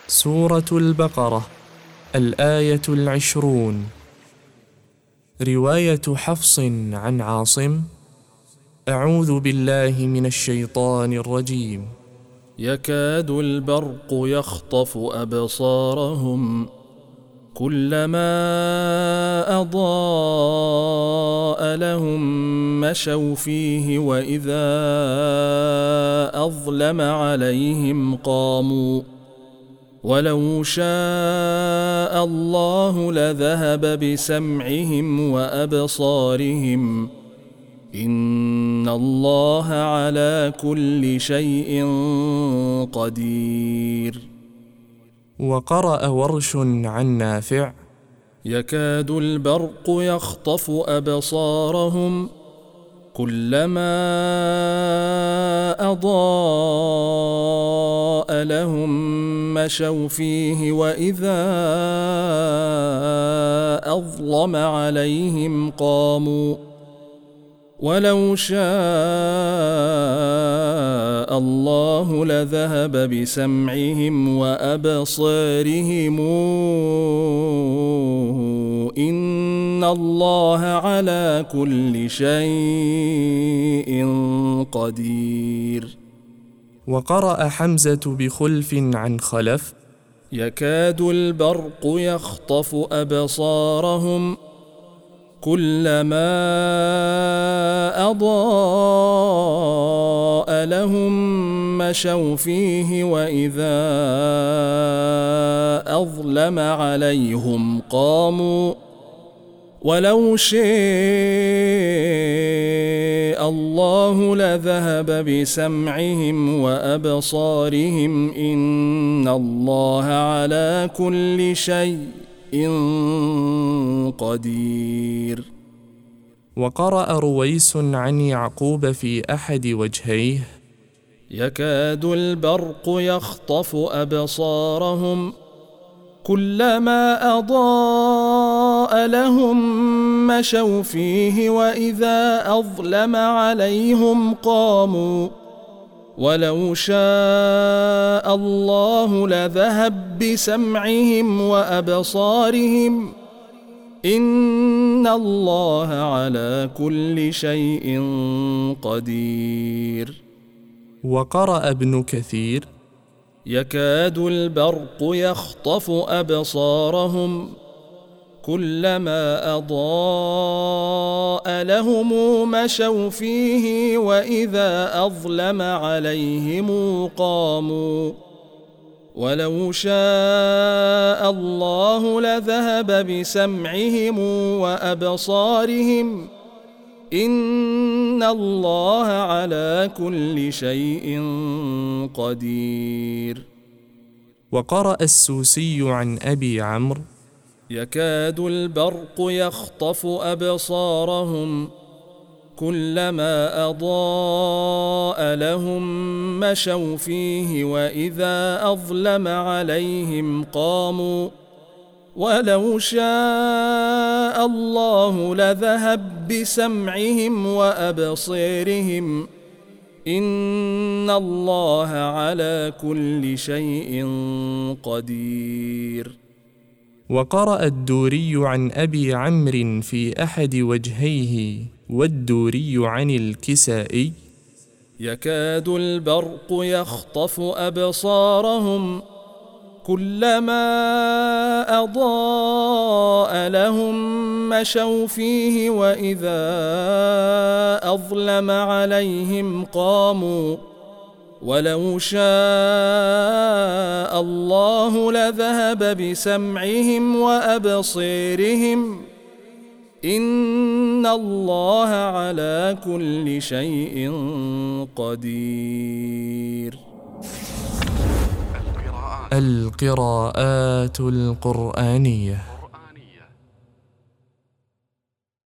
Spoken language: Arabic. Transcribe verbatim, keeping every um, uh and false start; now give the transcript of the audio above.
سورة البقرة، الآية العشرون. رواية حفص عن عاصم: أعوذ بالله من الشيطان الرجيم. يكاد البرق يخطف أبصارهم كلما أضاء لهم مشوا فيه وإذا أظلم عليهم قاموا ولو شاء الله لذهب بسمعهم وأبصارهم إن الله على كل شيء قدير. وقرأ ورش عن نافع: يكاد البرق يخطف أبصارهم كلما أضاء لهم مشوا فيه وإذا أظلم عليهم قاموا ولو شاء الله لذهب بسمعهم وأبصارهم إن الله على كل شيء قدير. وقرأ حمزة بخلف عن خلف: يكاد البرق يخطف أبصارهم كلما أضاء لهم مشوا فيه وإذا أظلم عليهم قاموا ولو شاء الله لذهب بسمعهم وأبصارهم إن الله على كل شيء قدير. وقرأ رويس عن يعقوب في أحد وجهيه: يكاد البرق يخطف أبصارهم كلما أضاء لهم مشوا فيه وإذا أظلم عليهم قاموا ولو شاء الله لذهب بسمعهم وأبصارهم إن الله على كل شيء قدير. وقرأ ابن كثير: يكاد البرق يخطف أبصارهم كلما أضاء لهم مشوا فيه وإذا أظلم عليهم قاموا ولو شاء الله لذهب بسمعهم وأبصارهم إن الله على كل شيء قدير. وقرأ السوسي عن أبي عمرو: يكاد البرق يخطف أبصارهم كلما أضاء لهم مشوا فيه وإذا أظلم عليهم قاموا ولو شاء الله لذهب بسمعهم وأبصارهم إن الله على كل شيء قدير. وقرأ الدوري عن أبي عمرو في أحد وجهيه والدوري عن الكسائي: يكاد البرق يخطف أبصارهم كلما أضاء لهم مشوا فيه وإذا أظلم عليهم قاموا ولو شاء الله لذهب بسمعهم وأبصارهم إن الله على كل شيء قدير. القراءات القرآنية.